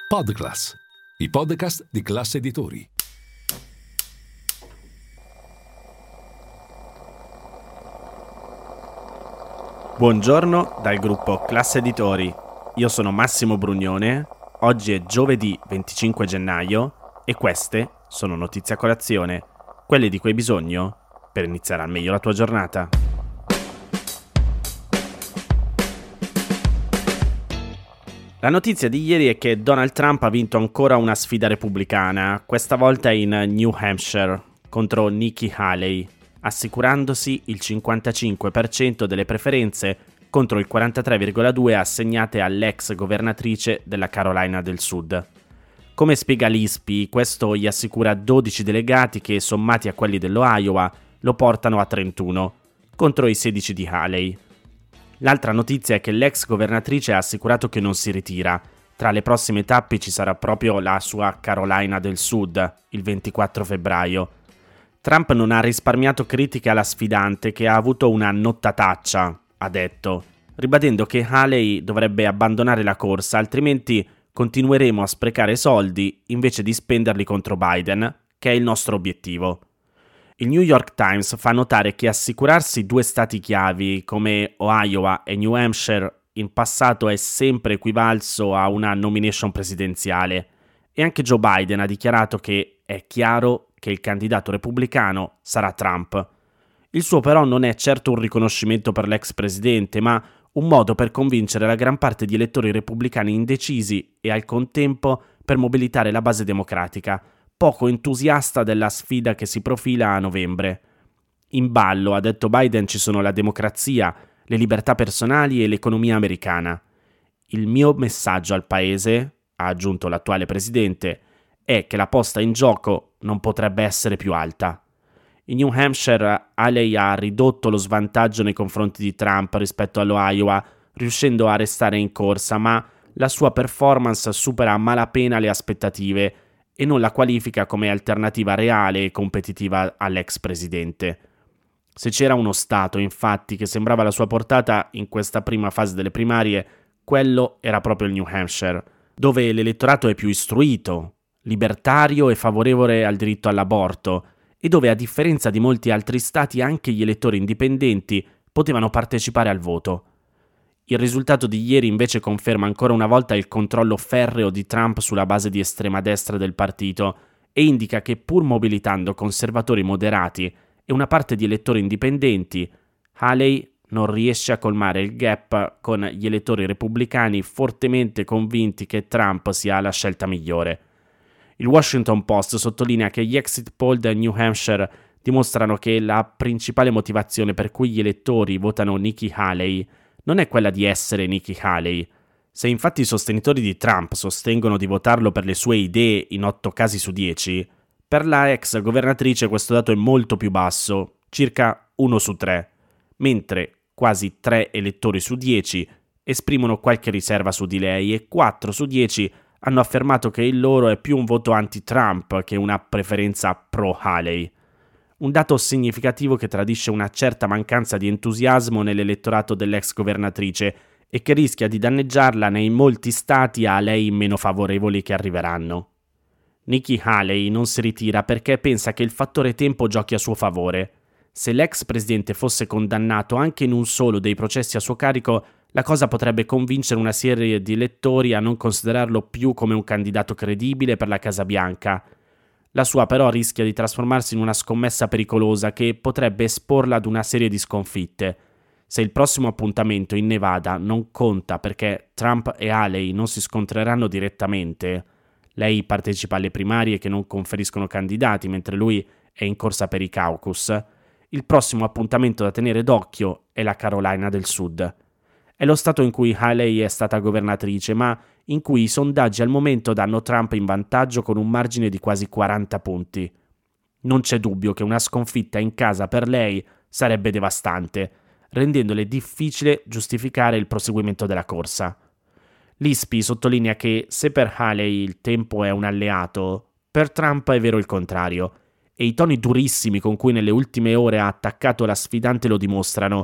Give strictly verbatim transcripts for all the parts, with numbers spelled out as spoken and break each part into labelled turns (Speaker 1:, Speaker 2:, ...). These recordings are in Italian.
Speaker 1: Podclass, i podcast di Classe Editori.
Speaker 2: Buongiorno dal gruppo Classe Editori. Io sono Massimo Brugnone. Oggi è giovedì venticinque gennaio e queste sono notizie a colazione, quelle di cui hai bisogno per iniziare al meglio la tua giornata. La notizia di ieri è che Donald Trump ha vinto ancora una sfida repubblicana, questa volta in New Hampshire, contro Nikki Haley, assicurandosi il cinquantacinque per cento delle preferenze contro il quarantatré virgola due per cento assegnate all'ex governatrice della Carolina del Sud. Come spiega l'I S P I, questo gli assicura dodici delegati che, sommati a quelli dell'Iowa, lo portano a trentuno, contro i sedici di Haley. L'altra notizia è che l'ex governatrice ha assicurato che non si ritira. Tra le prossime tappe ci sarà proprio la sua Carolina del Sud, il ventiquattro febbraio. Trump non ha risparmiato critiche alla sfidante, che ha avuto una nottataccia, ha detto, ribadendo che Haley dovrebbe abbandonare la corsa, altrimenti continueremo a sprecare soldi invece di spenderli contro Biden, che è il nostro obiettivo. Il New York Times fa notare che assicurarsi due stati chiavi come Iowa e New Hampshire in passato è sempre equivalso a una nomination presidenziale, e anche Joe Biden ha dichiarato che è chiaro che il candidato repubblicano sarà Trump. Il suo però non è certo un riconoscimento per l'ex presidente, ma un modo per convincere la gran parte di elettori repubblicani indecisi e al contempo per mobilitare la base democratica, poco entusiasta della sfida che si profila a novembre. In ballo, ha detto Biden, ci sono la democrazia, le libertà personali e l'economia americana. Il mio messaggio al paese, ha aggiunto l'attuale presidente, è che la posta in gioco non potrebbe essere più alta. In New Hampshire, Haley ha ridotto lo svantaggio nei confronti di Trump rispetto all'Iowa, riuscendo a restare in corsa, ma la sua performance supera a malapena le aspettative e non la qualifica come alternativa reale e competitiva all'ex presidente. Se c'era uno stato, infatti, che sembrava alla sua portata in questa prima fase delle primarie, quello era proprio il New Hampshire, dove l'elettorato è più istruito, libertario e favorevole al diritto all'aborto, e dove, a differenza di molti altri stati, anche gli elettori indipendenti potevano partecipare al voto. Il risultato di ieri invece conferma ancora una volta il controllo ferreo di Trump sulla base di estrema destra del partito e indica che, pur mobilitando conservatori moderati e una parte di elettori indipendenti, Haley non riesce a colmare il gap con gli elettori repubblicani fortemente convinti che Trump sia la scelta migliore. Il Washington Post sottolinea che gli exit poll del New Hampshire dimostrano che la principale motivazione per cui gli elettori votano Nikki Haley non è quella di essere Nikki Haley. Se infatti i sostenitori di Trump sostengono di votarlo per le sue idee in otto casi su dieci, per la ex governatrice questo dato è molto più basso, circa uno su tre, mentre quasi tre elettori su dieci esprimono qualche riserva su di lei e quattro su dieci hanno affermato che il loro è più un voto anti-Trump che una preferenza pro-Haley. Un dato significativo che tradisce una certa mancanza di entusiasmo nell'elettorato dell'ex governatrice e che rischia di danneggiarla nei molti stati a lei meno favorevoli che arriveranno. Nikki Haley non si ritira perché pensa che il fattore tempo giochi a suo favore. Se l'ex presidente fosse condannato anche in un solo dei processi a suo carico, la cosa potrebbe convincere una serie di elettori a non considerarlo più come un candidato credibile per la Casa Bianca. La sua però rischia di trasformarsi in una scommessa pericolosa che potrebbe esporla ad una serie di sconfitte. Se il prossimo appuntamento in Nevada non conta perché Trump e Haley non si scontreranno direttamente, lei partecipa alle primarie che non conferiscono candidati mentre lui è in corsa per i caucus, il prossimo appuntamento da tenere d'occhio è la Carolina del Sud. È lo stato in cui Haley è stata governatrice, ma in cui i sondaggi al momento danno Trump in vantaggio con un margine di quasi quaranta punti. Non c'è dubbio che una sconfitta in casa per lei sarebbe devastante, rendendole difficile giustificare il proseguimento della corsa. L'I S P I sottolinea che se per Haley il tempo è un alleato, per Trump è vero il contrario, e i toni durissimi con cui nelle ultime ore ha attaccato la sfidante lo dimostrano.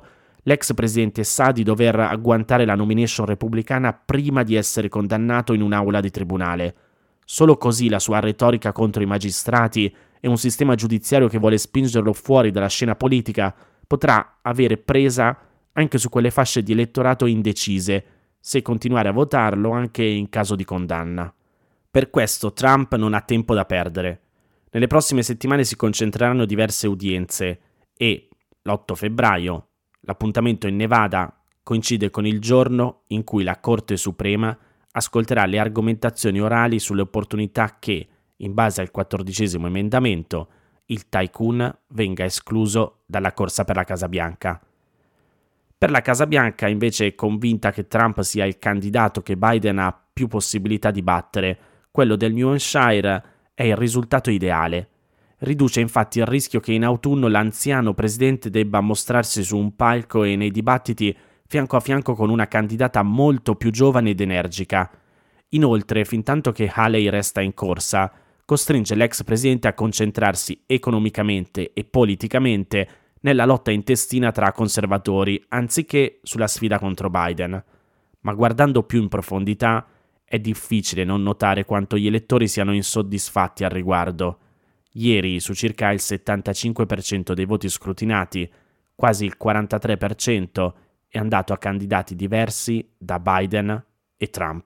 Speaker 2: L'ex presidente sa di dover agguantare la nomination repubblicana prima di essere condannato in un'aula di tribunale. Solo così la sua retorica contro i magistrati e un sistema giudiziario che vuole spingerlo fuori dalla scena politica potrà avere presa anche su quelle fasce di elettorato indecise, se continuare a votarlo anche in caso di condanna. Per questo Trump non ha tempo da perdere. Nelle prossime settimane si concentreranno diverse udienze e, l'otto febbraio, l'appuntamento in Nevada coincide con il giorno in cui la Corte Suprema ascolterà le argomentazioni orali sulle opportunità che, in base al quattordicesimo emendamento, il tycoon venga escluso dalla corsa per la Casa Bianca. Per la Casa Bianca invece è convinta che Trump sia il candidato che Biden ha più possibilità di battere. Quello del New Hampshire è il risultato ideale. Riduce infatti il rischio che in autunno l'anziano presidente debba mostrarsi su un palco e nei dibattiti fianco a fianco con una candidata molto più giovane ed energica. Inoltre, fintanto che Haley resta in corsa, costringe l'ex presidente a concentrarsi economicamente e politicamente nella lotta intestina tra conservatori, anziché sulla sfida contro Biden. Ma guardando più in profondità, è difficile non notare quanto gli elettori siano insoddisfatti al riguardo. Ieri, su circa il settantacinque per cento dei voti scrutinati, quasi il quarantatré per cento è andato a candidati diversi da Biden e Trump.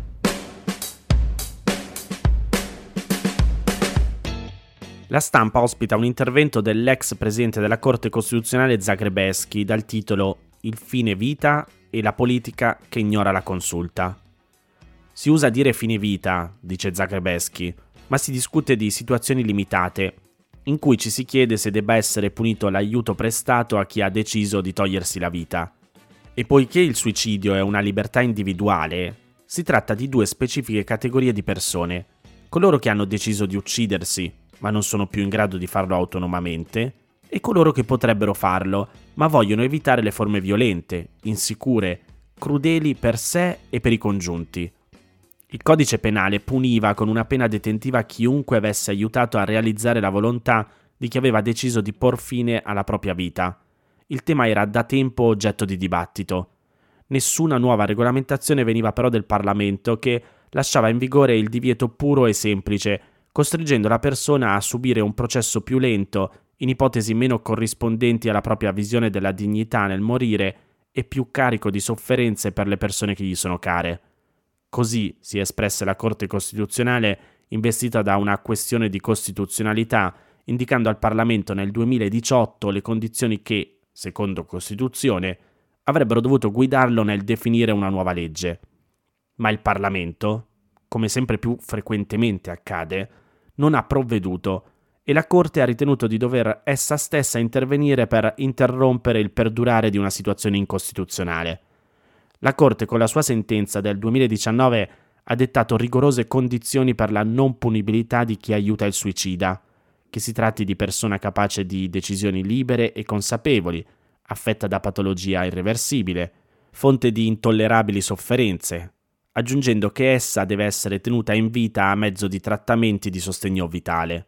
Speaker 2: La stampa ospita un intervento dell'ex presidente della Corte Costituzionale Zagrebelsky dal titolo «Il fine vita e la politica che ignora la consulta». Si usa dire fine vita, dice Zagrebelsky, ma si discute di situazioni limitate, in cui ci si chiede se debba essere punito l'aiuto prestato a chi ha deciso di togliersi la vita. E poiché il suicidio è una libertà individuale, si tratta di due specifiche categorie di persone: coloro che hanno deciso di uccidersi, ma non sono più in grado di farlo autonomamente, e coloro che potrebbero farlo, ma vogliono evitare le forme violente, insicure, crudeli per sé e per i congiunti. Il codice penale puniva con una pena detentiva chiunque avesse aiutato a realizzare la volontà di chi aveva deciso di por fine alla propria vita. Il tema era da tempo oggetto di dibattito. Nessuna nuova regolamentazione veniva però del Parlamento, che lasciava in vigore il divieto puro e semplice, costringendo la persona a subire un processo più lento, in ipotesi meno corrispondenti alla propria visione della dignità nel morire e più carico di sofferenze per le persone che gli sono care. Così si è espressa la Corte Costituzionale, investita da una questione di costituzionalità, indicando al Parlamento nel duemiladiciotto le condizioni che, secondo Costituzione, avrebbero dovuto guidarlo nel definire una nuova legge. Ma il Parlamento, come sempre più frequentemente accade, non ha provveduto e la Corte ha ritenuto di dover essa stessa intervenire per interrompere il perdurare di una situazione incostituzionale. La Corte, con la sua sentenza del duemiladiciannove, ha dettato rigorose condizioni per la non punibilità di chi aiuta il suicida, che si tratti di persona capace di decisioni libere e consapevoli, affetta da patologia irreversibile, fonte di intollerabili sofferenze, aggiungendo che essa deve essere tenuta in vita a mezzo di trattamenti di sostegno vitale.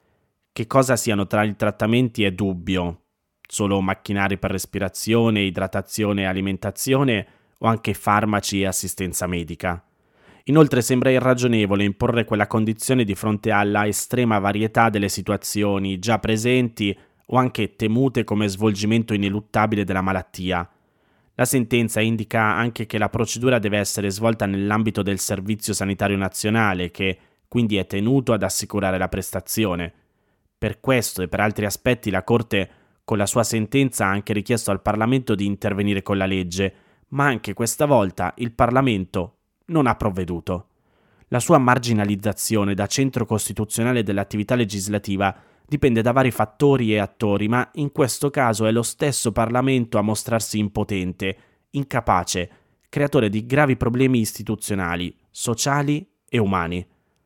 Speaker 2: Che cosa siano tali trattamenti è dubbio, solo macchinari per respirazione, idratazione e alimentazione o anche farmaci e assistenza medica. Inoltre sembra irragionevole imporre quella condizione di fronte alla estrema varietà delle situazioni già presenti o anche temute come svolgimento ineluttabile della malattia. La sentenza indica anche che la procedura deve essere svolta nell'ambito del Servizio Sanitario Nazionale, che quindi è tenuto ad assicurare la prestazione. Per questo e per altri aspetti la Corte, con la sua sentenza, ha anche richiesto al Parlamento di intervenire con la legge, ma anche questa volta il Parlamento non ha provveduto. La sua marginalizzazione da centro costituzionale dell'attività legislativa dipende da vari fattori e attori, ma in questo caso è lo stesso Parlamento a mostrarsi impotente, incapace, creatore di gravi problemi istituzionali, sociali e umani.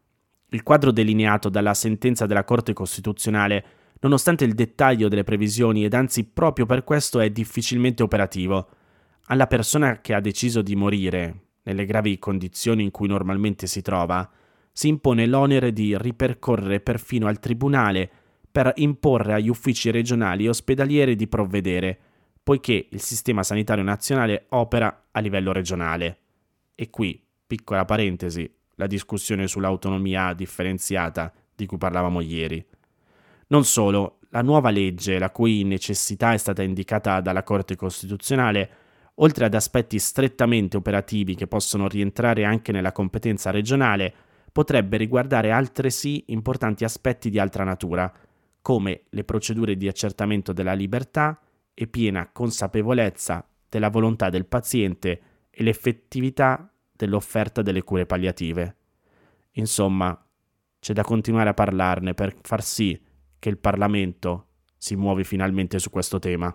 Speaker 2: Il quadro delineato dalla sentenza della Corte Costituzionale, nonostante il dettaglio delle previsioni ed anzi proprio per questo è difficilmente operativo. Alla persona che ha deciso di morire, nelle gravi condizioni in cui normalmente si trova, si impone l'onere di ripercorrere perfino al tribunale per imporre agli uffici regionali e ospedalieri di provvedere, poiché il sistema sanitario nazionale opera a livello regionale. E qui, piccola parentesi, la discussione sull'autonomia differenziata di cui parlavamo ieri. Non solo, la nuova legge, la cui necessità è stata indicata dalla Corte Costituzionale, oltre ad aspetti strettamente operativi che possono rientrare anche nella competenza regionale, potrebbe riguardare altresì importanti aspetti di altra natura, come le procedure di accertamento della libertà e piena consapevolezza della volontà del paziente e l'effettività dell'offerta delle cure palliative. Insomma, c'è da continuare a parlarne per far sì che il Parlamento si muovi finalmente su questo tema.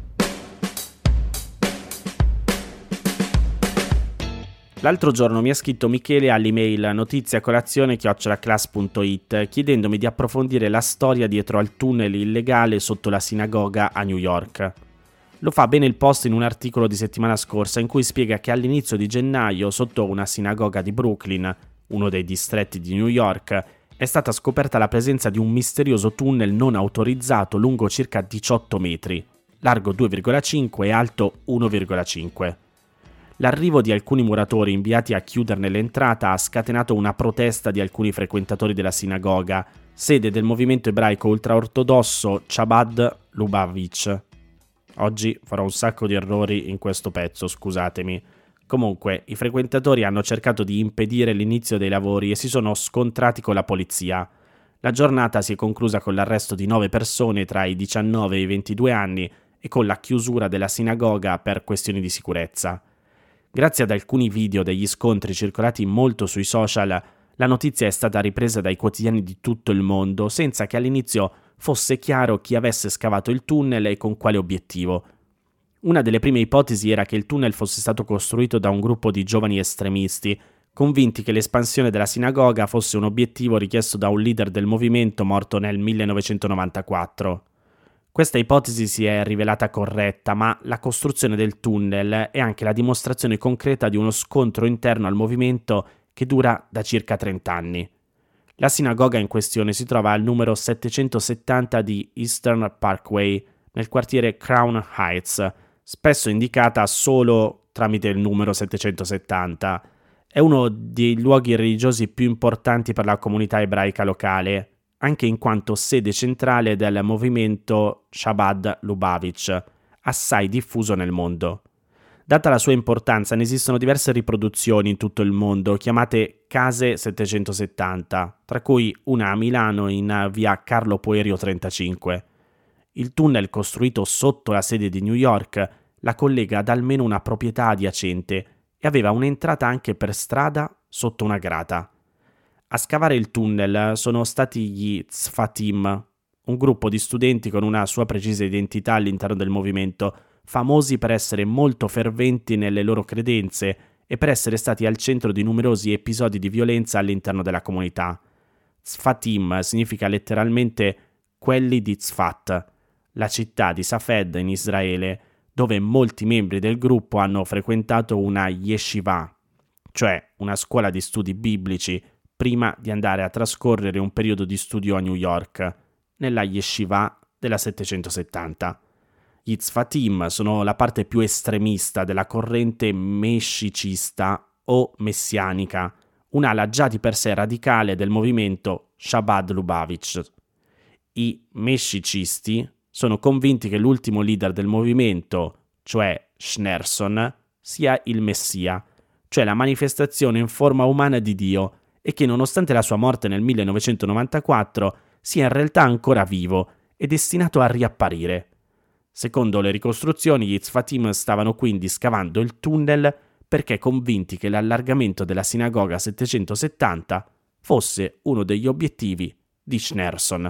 Speaker 2: L'altro giorno mi ha scritto Michele all'email notiziacolazione chiocciola class punto it chiedendomi di approfondire la storia dietro al tunnel illegale sotto la sinagoga a New York. Lo fa bene il post in un articolo di settimana scorsa in cui spiega che all'inizio di gennaio sotto una sinagoga di Brooklyn, uno dei distretti di New York, è stata scoperta la presenza di un misterioso tunnel non autorizzato lungo circa diciotto metri, largo due virgola cinque e alto uno virgola cinque. L'arrivo di alcuni muratori inviati a chiuderne l'entrata ha scatenato una protesta di alcuni frequentatori della sinagoga, sede del movimento ebraico ultraortodosso Chabad Lubavitch. Oggi farò un sacco di errori in questo pezzo, scusatemi. Comunque, i frequentatori hanno cercato di impedire l'inizio dei lavori e si sono scontrati con la polizia. La giornata si è conclusa con l'arresto di nove persone tra i diciannove e i ventidue anni e con la chiusura della sinagoga per questioni di sicurezza. Grazie ad alcuni video degli scontri circolati molto sui social, la notizia è stata ripresa dai quotidiani di tutto il mondo senza che all'inizio fosse chiaro chi avesse scavato il tunnel e con quale obiettivo. Una delle prime ipotesi era che il tunnel fosse stato costruito da un gruppo di giovani estremisti, convinti che l'espansione della sinagoga fosse un obiettivo richiesto da un leader del movimento morto nel millenovecentonovantaquattro. Questa ipotesi si è rivelata corretta, ma la costruzione del tunnel è anche la dimostrazione concreta di uno scontro interno al movimento che dura da circa trenta anni. La sinagoga in questione si trova al numero settecentosettanta di Eastern Parkway, nel quartiere Crown Heights, spesso indicata solo tramite il numero settecentosettanta. È uno dei luoghi religiosi più importanti per la comunità ebraica locale, anche in quanto sede centrale del movimento Chabad Lubavitch, assai diffuso nel mondo. Data la sua importanza, ne esistono diverse riproduzioni in tutto il mondo, chiamate case settecentosettanta, tra cui una a Milano in via Carlo Poerio trentacinque. Il tunnel costruito sotto la sede di New York la collega ad almeno una proprietà adiacente e aveva un'entrata anche per strada sotto una grata. A scavare il tunnel sono stati gli Tzfatim, un gruppo di studenti con una sua precisa identità all'interno del movimento, famosi per essere molto ferventi nelle loro credenze e per essere stati al centro di numerosi episodi di violenza all'interno della comunità. Tzfatim significa letteralmente quelli di Tzfat, la città di Safed in Israele, dove molti membri del gruppo hanno frequentato una yeshiva, cioè una scuola di studi biblici, prima di andare a trascorrere un periodo di studio a New York, nella yeshiva della settecentosettanta. Gli Tzfatim sono la parte più estremista della corrente mescicista o messianica, un'ala già di per sé radicale del movimento Chabad Lubavitch. I mescicisti sono convinti che l'ultimo leader del movimento, cioè Schneerson, sia il Messia, cioè la manifestazione in forma umana di Dio, e che nonostante la sua morte nel millenovecentonovantaquattro sia in realtà ancora vivo e destinato a riapparire. Secondo le ricostruzioni, gli Tzfatim stavano quindi scavando il tunnel perché convinti che l'allargamento della sinagoga settecentosettanta fosse uno degli obiettivi di Schneerson.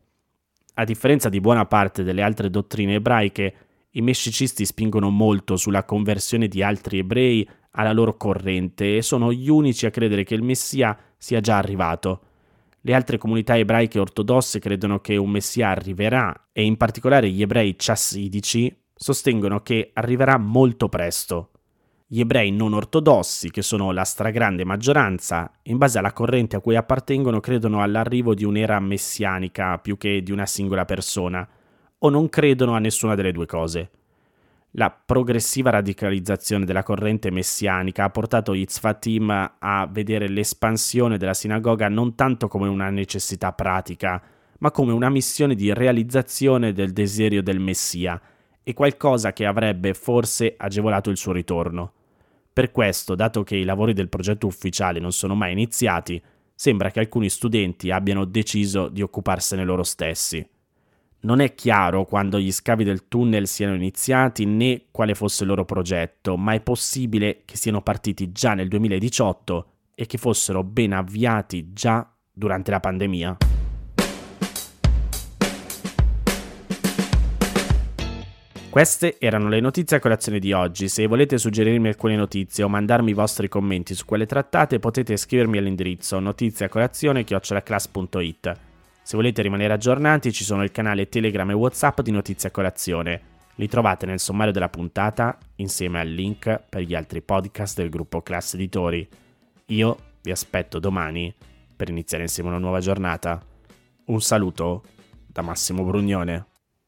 Speaker 2: A differenza di buona parte delle altre dottrine ebraiche, i mescicisti spingono molto sulla conversione di altri ebrei alla loro corrente e sono gli unici a credere che il Messia sia già arrivato. Le altre comunità ebraiche ortodosse credono che un Messia arriverà e in particolare gli ebrei chassidici sostengono che arriverà molto presto. Gli ebrei non ortodossi, che sono la stragrande maggioranza, in base alla corrente a cui appartengono credono all'arrivo di un'era messianica più che di una singola persona, o non credono a nessuna delle due cose. La progressiva radicalizzazione della corrente messianica ha portato gli Tzfatim a vedere l'espansione della sinagoga non tanto come una necessità pratica, ma come una missione di realizzazione del desiderio del Messia e qualcosa che avrebbe forse agevolato il suo ritorno. Per questo, dato che i lavori del progetto ufficiale non sono mai iniziati, sembra che alcuni studenti abbiano deciso di occuparsene loro stessi. Non è chiaro quando gli scavi del tunnel siano iniziati né quale fosse il loro progetto, ma è possibile che siano partiti già nel duemiladiciotto e che fossero ben avviati già durante la pandemia. Queste erano le notizie a colazione di oggi. Se volete suggerirmi alcune notizie o mandarmi i vostri commenti su quelle trattate, potete scrivermi all'indirizzo notiziacolazione chiocciola class punto it. Se volete rimanere aggiornati, ci sono il canale Telegram e WhatsApp di Notizie a Colazione. Li trovate nel sommario della puntata, insieme al link per gli altri podcast del gruppo Class Editori. Io vi aspetto domani per iniziare insieme una nuova giornata. Un saluto da Massimo Brugnone.